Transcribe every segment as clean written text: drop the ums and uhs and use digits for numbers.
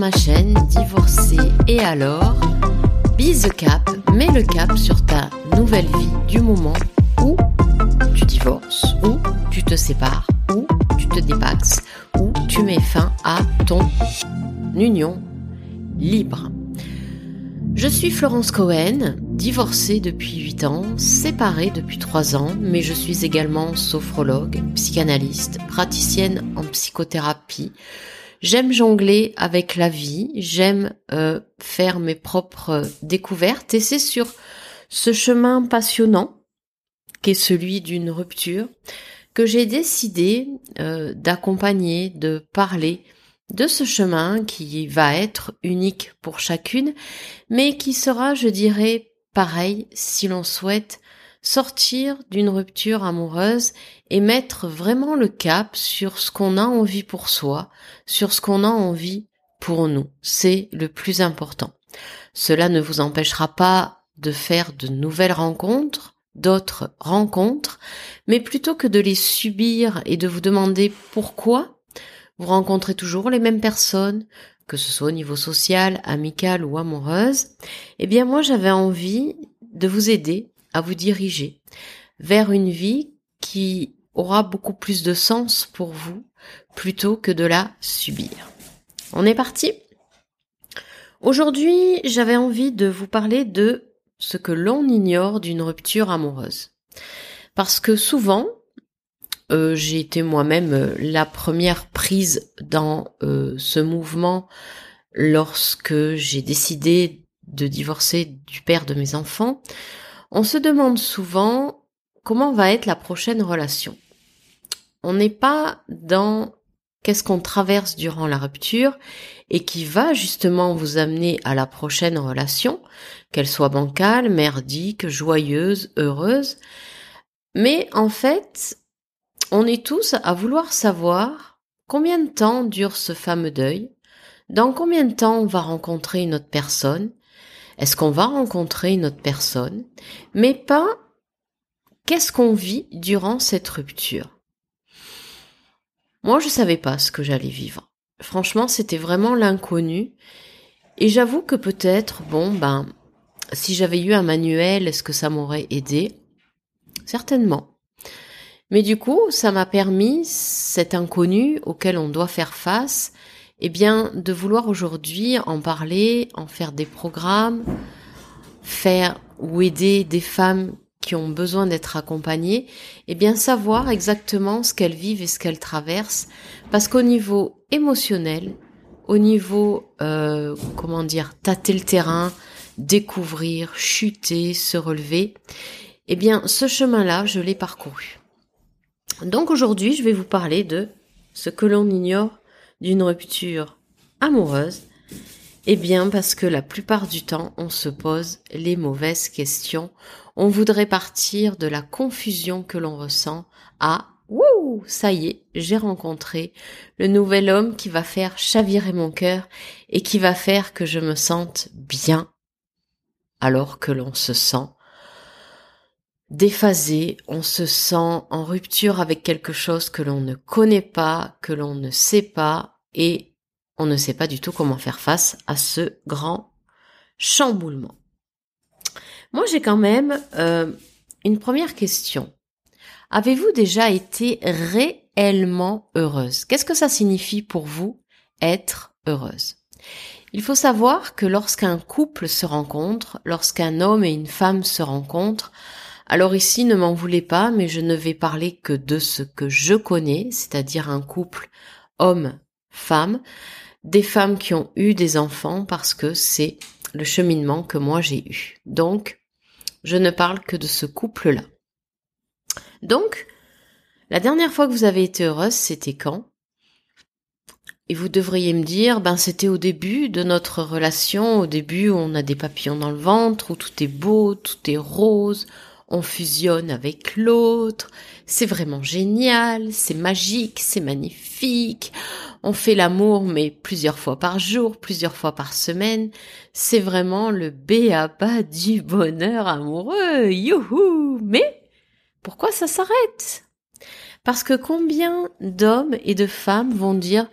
ma chaîne Divorcée et alors, Be the Cap, mets le cap sur ta nouvelle vie du moment où tu divorces, où tu te sépares, où tu te dépaxes, où tu mets fin à ton union libre. Je suis Florence Cohen, divorcée depuis 8 ans, séparée depuis 3 ans, mais je suis également sophrologue, psychanalyste, praticienne en psychothérapie. J'aime jongler avec la vie, j'aime faire mes propres découvertes et c'est sur ce chemin passionnant qu'est celui d'une rupture que j'ai décidé d'accompagner, de parler de ce chemin qui va être unique pour chacune, mais qui sera, je dirais, pareil si l'on souhaite sortir d'une rupture amoureuse et mettre vraiment le cap sur ce qu'on a envie pour soi, sur ce qu'on a envie pour nous. C'est le plus important. Cela ne vous empêchera pas de faire de nouvelles rencontres, d'autres rencontres, mais plutôt que de les subir et de vous demander pourquoi, vous rencontrez toujours les mêmes personnes, que ce soit au niveau social, amical ou amoureuse, eh bien moi j'avais envie de vous aider à vous diriger vers une vie qui aura beaucoup plus de sens pour vous plutôt que de la subir. On est parti ? Aujourd'hui, j'avais envie de vous parler de ce que l'on ignore d'une rupture amoureuse. Parce que souvent, j'ai été moi-même la première prise dans ce mouvement lorsque j'ai décidé de divorcer du père de mes enfants. On se demande souvent comment va être la prochaine relation. On n'est pas dans qu'est-ce qu'on traverse durant la rupture et qui va justement vous amener à la prochaine relation, qu'elle soit bancale, merdique, joyeuse, heureuse. Mais en fait, on est tous à vouloir savoir combien de temps dure ce fameux deuil, dans combien de temps on va rencontrer une autre personne, est-ce qu'on va rencontrer une autre personne, mais pas qu'est-ce qu'on vit durant cette rupture. Moi, je savais pas ce que j'allais vivre. Franchement, c'était vraiment l'inconnu. Et j'avoue que peut-être, si j'avais eu un manuel, est-ce que ça m'aurait aidé ? Certainement. Mais du coup, ça m'a permis, cet inconnu auquel on doit faire face, de vouloir aujourd'hui en parler, en faire des programmes, faire ou aider des femmes qui ont besoin d'être accompagnées, savoir exactement ce qu'elles vivent et ce qu'elles traversent, parce qu'au niveau émotionnel, au niveau, tâter le terrain, découvrir, chuter, se relever, ce chemin-là, je l'ai parcouru. Donc aujourd'hui, je vais vous parler de ce que l'on ignore d'une rupture amoureuse. Parce que la plupart du temps, on se pose les mauvaises questions. On voudrait partir de la confusion que l'on ressent à « Wouh, ça y est, j'ai rencontré le nouvel homme qui va faire chavirer mon cœur et qui va faire que je me sente bien » alors que l'on se sent déphasé, on se sent en rupture avec quelque chose que l'on ne connaît pas, que l'on ne sait pas et on ne sait pas du tout comment faire face à ce grand chamboulement. Moi, j'ai quand même une première question. Avez-vous déjà été réellement heureuse ? Qu'est-ce que ça signifie pour vous, être heureuse ? Il faut savoir que lorsqu'un couple se rencontre, lorsqu'un homme et une femme se rencontrent, alors ici, ne m'en voulez pas, mais je ne vais parler que de ce que je connais, c'est-à-dire un couple homme-femme, des femmes qui ont eu des enfants parce que c'est le cheminement que moi j'ai eu. Donc, je ne parle que de ce couple-là. Donc, la dernière fois que vous avez été heureuse, c'était quand ? Et vous devriez me dire, c'était au début de notre relation, au début où on a des papillons dans le ventre, où tout est beau, tout est rose, on fusionne avec l'autre, c'est vraiment génial, c'est magique, c'est magnifique, on fait l'amour mais plusieurs fois par jour, plusieurs fois par semaine, c'est vraiment le b.a.-ba du bonheur amoureux, youhou! Mais pourquoi ça s'arrête ? Parce que combien d'hommes et de femmes vont dire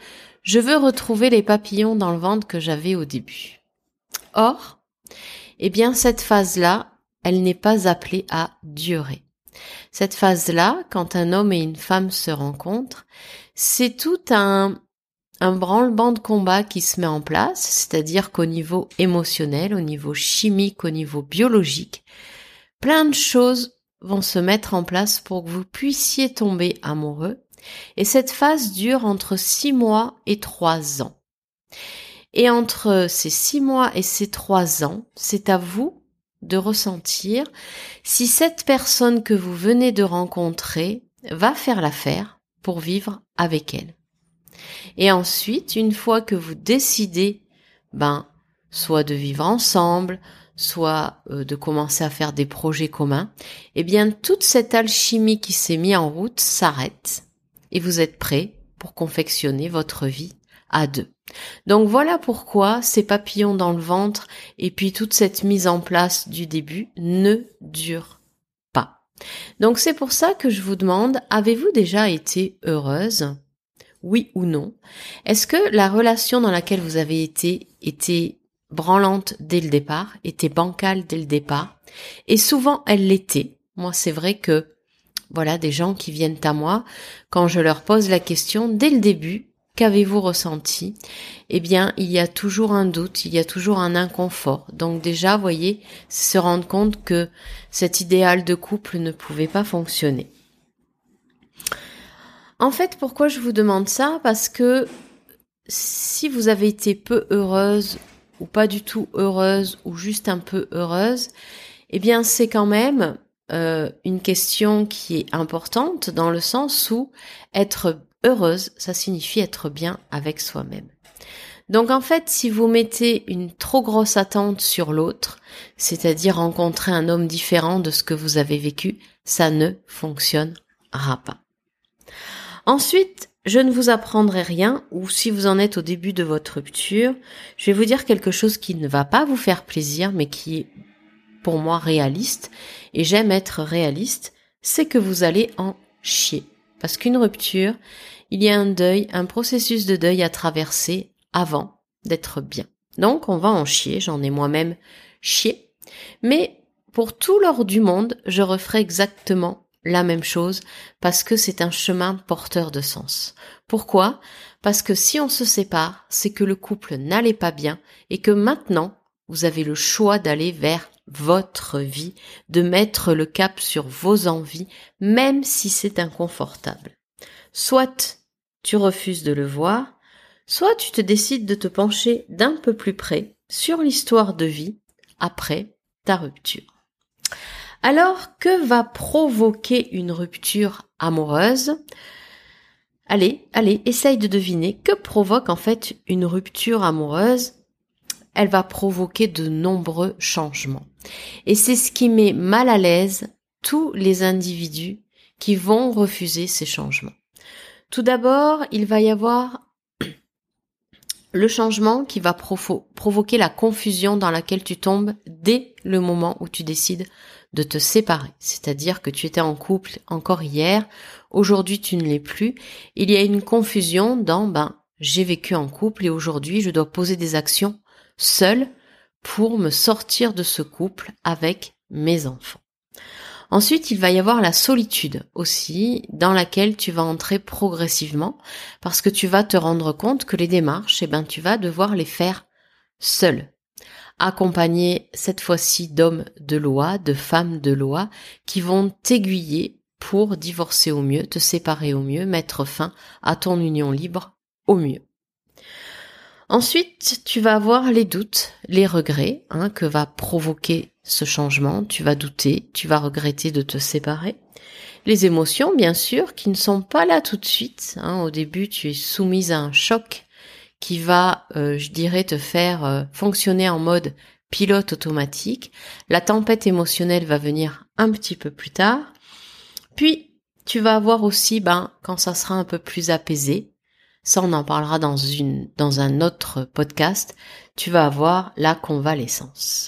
Je veux retrouver les papillons dans le ventre que j'avais au début. Or, eh bien, cette phase-là, elle n'est pas appelée à durer. Cette phase-là, quand un homme et une femme se rencontrent, c'est tout un branle-bas de combat qui se met en place, c'est-à-dire qu'au niveau émotionnel, au niveau chimique, au niveau biologique, plein de choses vont se mettre en place pour que vous puissiez tomber amoureux. Et cette phase dure entre 6 mois et 3 ans. Et entre ces 6 mois et ces 3 ans, c'est à vous de ressentir si cette personne que vous venez de rencontrer va faire l'affaire pour vivre avec elle. Et ensuite, une fois que vous décidez, soit de vivre ensemble, soit de commencer à faire des projets communs, eh bien, toute cette alchimie qui s'est mise en route s'arrête et vous êtes prêts pour confectionner votre vie à deux. Donc voilà pourquoi ces papillons dans le ventre et puis toute cette mise en place du début ne durent pas. Donc c'est pour ça que je vous demande, avez-vous déjà été heureuse ? Oui ou non? Est-ce que la relation dans laquelle vous avez été était branlante dès le départ, était bancale dès le départ? Et souvent elle l'était. Moi c'est vrai que voilà, des gens qui viennent à moi, quand je leur pose la question dès le début, qu'avez-vous ressenti? Eh bien, il y a toujours un doute, il y a toujours un inconfort. Donc déjà, voyez, c'est se rendre compte que cet idéal de couple ne pouvait pas fonctionner. En fait, pourquoi je vous demande ça? Parce que si vous avez été peu heureuse ou pas du tout heureuse ou juste un peu heureuse, eh bien, c'est quand même une question qui est importante dans le sens où être heureuse, ça signifie être bien avec soi-même. Donc en fait, si vous mettez une trop grosse attente sur l'autre, c'est-à-dire rencontrer un homme différent de ce que vous avez vécu, ça ne fonctionnera pas. Ensuite, je ne vous apprendrai rien, ou si vous en êtes au début de votre rupture, je vais vous dire quelque chose qui ne va pas vous faire plaisir, mais qui est pour moi réaliste, et j'aime être réaliste, c'est que vous allez en chier. Parce qu'une rupture, il y a un deuil, un processus de deuil à traverser avant d'être bien. Donc on va en chier, j'en ai moi-même chié, mais pour tout l'or du monde, je referai exactement la même chose parce que c'est un chemin porteur de sens. Pourquoi? Parce que si on se sépare, c'est que le couple n'allait pas bien et que maintenant, vous avez le choix d'aller vers votre vie, de mettre le cap sur vos envies, même si c'est inconfortable. Soit tu refuses de le voir, soit tu te décides de te pencher d'un peu plus près sur l'histoire de vie après ta rupture. Alors, que va provoquer une rupture amoureuse? Allez, essaye de deviner que provoque en fait une rupture amoureuse. Elle va provoquer de nombreux changements. Et c'est ce qui met mal à l'aise tous les individus qui vont refuser ces changements. Tout d'abord, il va y avoir le changement qui va provoquer la confusion dans laquelle tu tombes dès le moment où tu décides de te séparer. C'est-à-dire que tu étais en couple encore hier, aujourd'hui tu ne l'es plus. Il y a une confusion dans j'ai vécu en couple et aujourd'hui je dois poser des actions seule pour me sortir de ce couple avec mes enfants. Ensuite, il va y avoir la solitude aussi, dans laquelle tu vas entrer progressivement, parce que tu vas te rendre compte que les démarches, tu vas devoir les faire seul. Accompagné cette fois-ci d'hommes de loi, de femmes de loi, qui vont t'aiguiller pour divorcer au mieux, te séparer au mieux, mettre fin à ton union libre au mieux. Ensuite, tu vas avoir les doutes, les regrets que va provoquer ce changement. Tu vas douter, tu vas regretter de te séparer. Les émotions, bien sûr, qui ne sont pas là tout de suite. Au début, tu es soumise à un choc qui va, te faire fonctionner en mode pilote automatique. La tempête émotionnelle va venir un petit peu plus tard. Puis, tu vas avoir aussi, quand ça sera un peu plus apaisé, ça on en parlera dans un autre podcast, tu vas avoir la convalescence.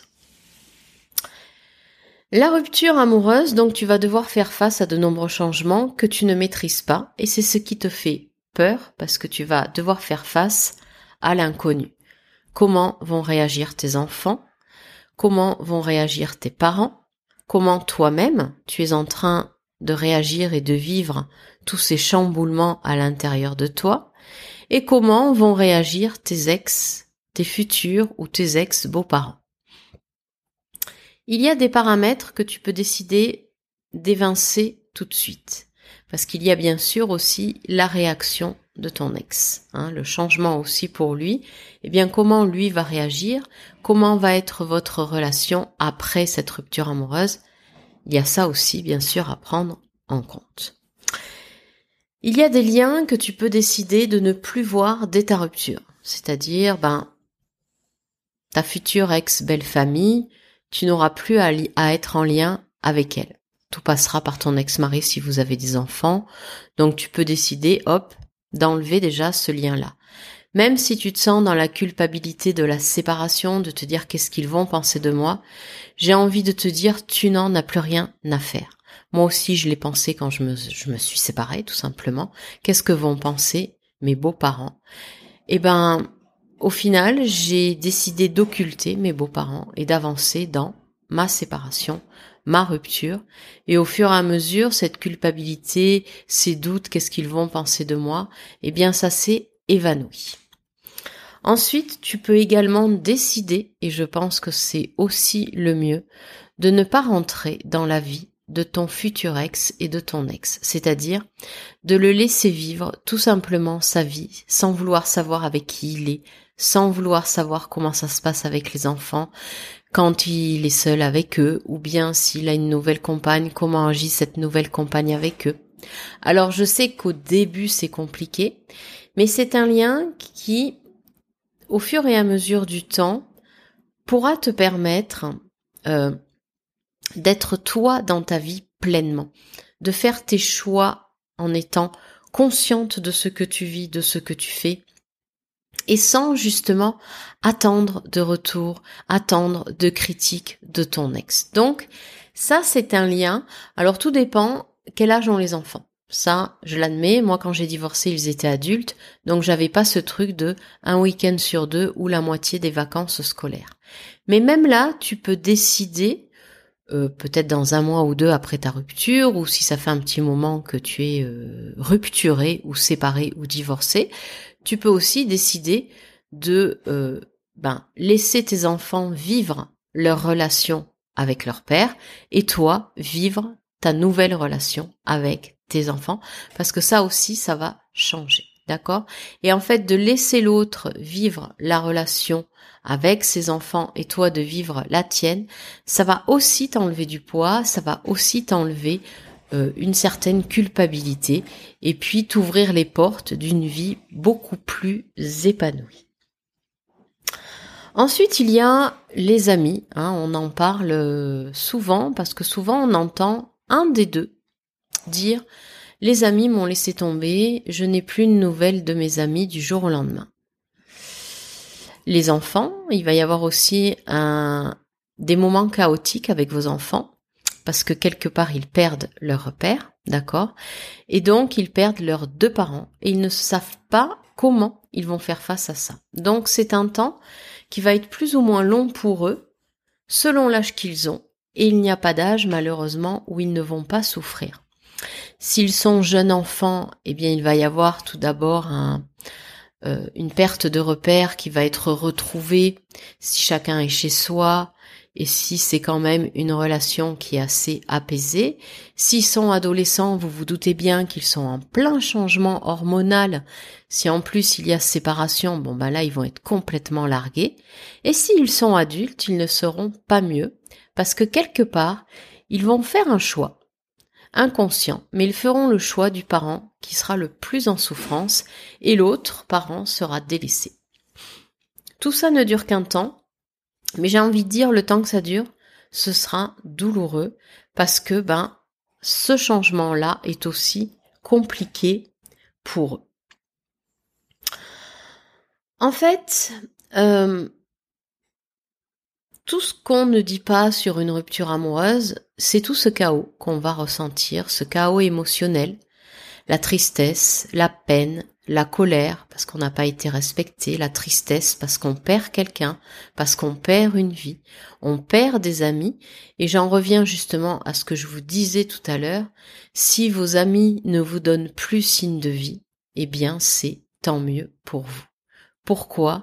La rupture amoureuse, donc tu vas devoir faire face à de nombreux changements que tu ne maîtrises pas et c'est ce qui te fait peur parce que tu vas devoir faire face à l'inconnu. Comment vont réagir tes enfants? Comment vont réagir tes parents? Comment toi-même tu es en train de réagir et de vivre tous ces chamboulements à l'intérieur de toi? Et comment vont réagir tes ex, tes futurs ou tes ex-beaux-parents? Il y a des paramètres que tu peux décider d'évincer tout de suite. Parce qu'il y a bien sûr aussi la réaction de ton ex, le changement aussi pour lui. Eh bien, comment lui va réagir? Comment va être votre relation après cette rupture amoureuse? Il y a ça aussi, bien sûr, à prendre en compte. Il y a des liens que tu peux décider de ne plus voir dès ta rupture. C'est-à-dire, ta future ex-belle-famille, tu n'auras plus à être en lien avec elle. Tout passera par ton ex-mari si vous avez des enfants. Donc tu peux décider, d'enlever déjà ce lien-là. Même si tu te sens dans la culpabilité de la séparation, de te dire qu'est-ce qu'ils vont penser de moi, j'ai envie de te dire, tu n'en as plus rien à faire. Moi aussi, je l'ai pensé quand je me suis séparée, tout simplement. Qu'est-ce que vont penser mes beaux-parents? Au final, j'ai décidé d'occulter mes beaux-parents et d'avancer dans ma séparation, ma rupture. Et au fur et à mesure, cette culpabilité, ces doutes, qu'est-ce qu'ils vont penser de moi, ça s'est évanoui. Ensuite, tu peux également décider, et je pense que c'est aussi le mieux, de ne pas rentrer dans la vie de ton futur ex et de ton ex, c'est-à-dire de le laisser vivre tout simplement sa vie, sans vouloir savoir avec qui il est, sans vouloir savoir comment ça se passe avec les enfants, quand il est seul avec eux, ou bien s'il a une nouvelle compagne, comment agit cette nouvelle compagne avec eux. Alors je sais qu'au début c'est compliqué, mais c'est un lien qui, au fur et à mesure du temps, pourra te permettre d'être toi dans ta vie pleinement, de faire tes choix en étant consciente de ce que tu vis, de ce que tu fais, et sans justement attendre de retour, attendre de critiques de ton ex. Donc, ça c'est un lien. Alors tout dépend quel âge ont les enfants. Ça, je l'admets, moi quand j'ai divorcé, ils étaient adultes, donc j'avais pas ce truc de un week-end sur 2 ou la moitié des vacances scolaires. Mais même là, tu peux décider, peut-être dans 1 mois ou 2 après ta rupture, ou si ça fait un petit moment que tu es rupturé ou séparé ou divorcé, tu peux aussi décider de laisser tes enfants vivre leur relation avec leur père et toi vivre ta nouvelle relation avec tes enfants, parce que ça aussi, ça va changer, d'accord? Et en fait, de laisser l'autre vivre la relation avec ses enfants et toi de vivre la tienne, ça va aussi t'enlever du poids, ça va aussi t'enlever une certaine culpabilité et puis t'ouvrir les portes d'une vie beaucoup plus épanouie. Ensuite, il y a les amis, on en parle souvent parce que souvent on entend un des deux dire « Les amis m'ont laissé tomber, je n'ai plus de nouvelles de mes amis du jour au lendemain ». Les enfants, il va y avoir aussi des moments chaotiques avec vos enfants, parce que quelque part ils perdent leur père, d'accord? Et donc ils perdent leurs 2 parents, et ils ne savent pas comment ils vont faire face à ça. Donc c'est un temps qui va être plus ou moins long pour eux, selon l'âge qu'ils ont, et il n'y a pas d'âge malheureusement où ils ne vont pas souffrir. S'ils sont jeunes enfants, il va y avoir tout d'abord une perte de repères qui va être retrouvée si chacun est chez soi et si c'est quand même une relation qui est assez apaisée. S'ils sont adolescents, vous vous doutez bien qu'ils sont en plein changement hormonal. Si en plus il y a séparation, là ils vont être complètement largués. Et s'ils sont adultes, ils ne seront pas mieux parce que quelque part, ils vont faire un choix inconscient, mais ils feront le choix du parent qui sera le plus en souffrance et l'autre parent sera délaissé. Tout ça ne dure qu'un temps, mais j'ai envie de dire le temps que ça dure, ce sera douloureux parce que ce changement-là est aussi compliqué pour eux. En fait, tout ce qu'on ne dit pas sur une rupture amoureuse, c'est tout ce chaos qu'on va ressentir, ce chaos émotionnel, la tristesse, la peine, la colère parce qu'on n'a pas été respecté, la tristesse parce qu'on perd quelqu'un, parce qu'on perd une vie, on perd des amis. Et j'en reviens justement à ce que je vous disais tout à l'heure. Si vos amis ne vous donnent plus signe de vie, eh bien c'est tant mieux pour vous. Pourquoi ?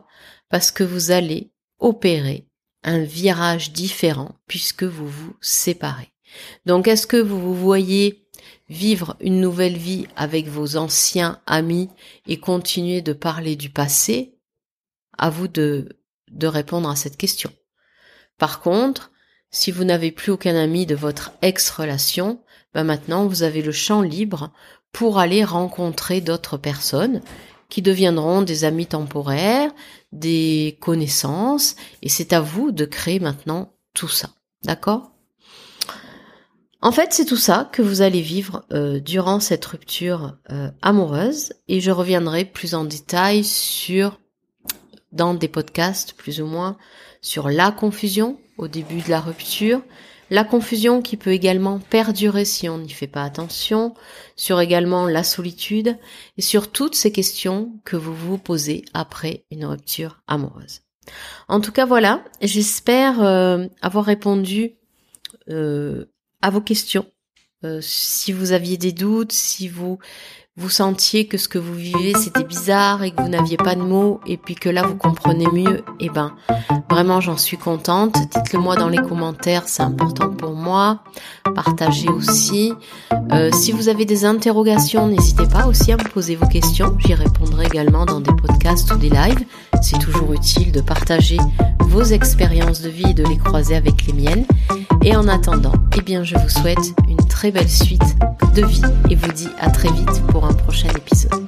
Parce que vous allez opérer un virage différent puisque vous vous séparez. Donc est-ce que vous vous voyez vivre une nouvelle vie avec vos anciens amis et continuer de parler du passé? À vous de répondre à cette question. Par contre, si vous n'avez plus aucun ami de votre ex-relation, maintenant vous avez le champ libre pour aller rencontrer d'autres personnes qui deviendront des amis temporaires, des connaissances, et c'est à vous de créer maintenant tout ça. D'accord ? En fait, c'est tout ça que vous allez vivre durant cette rupture amoureuse, et je reviendrai plus en détail dans des podcasts plus ou moins, sur la confusion au début de la rupture, la confusion qui peut également perdurer si on n'y fait pas attention, sur également la solitude, et sur toutes ces questions que vous vous posez après une rupture amoureuse. En tout cas, voilà, j'espère avoir répondu à vos questions. Si vous aviez des doutes, si vous sentiez que ce que vous vivez c'était bizarre et que vous n'aviez pas de mots et puis que là vous comprenez mieux, vraiment j'en suis contente. Dites-le moi dans les commentaires, c'est important pour moi. Partagez aussi. Si vous avez des interrogations, n'hésitez pas aussi à me poser vos questions. J'y répondrai également dans des podcasts ou des lives. C'est toujours utile de partager vos expériences de vie et de les croiser avec les miennes. Et en attendant, je vous souhaite une très belle suite de vie et vous dis à très vite pour un prochain épisode.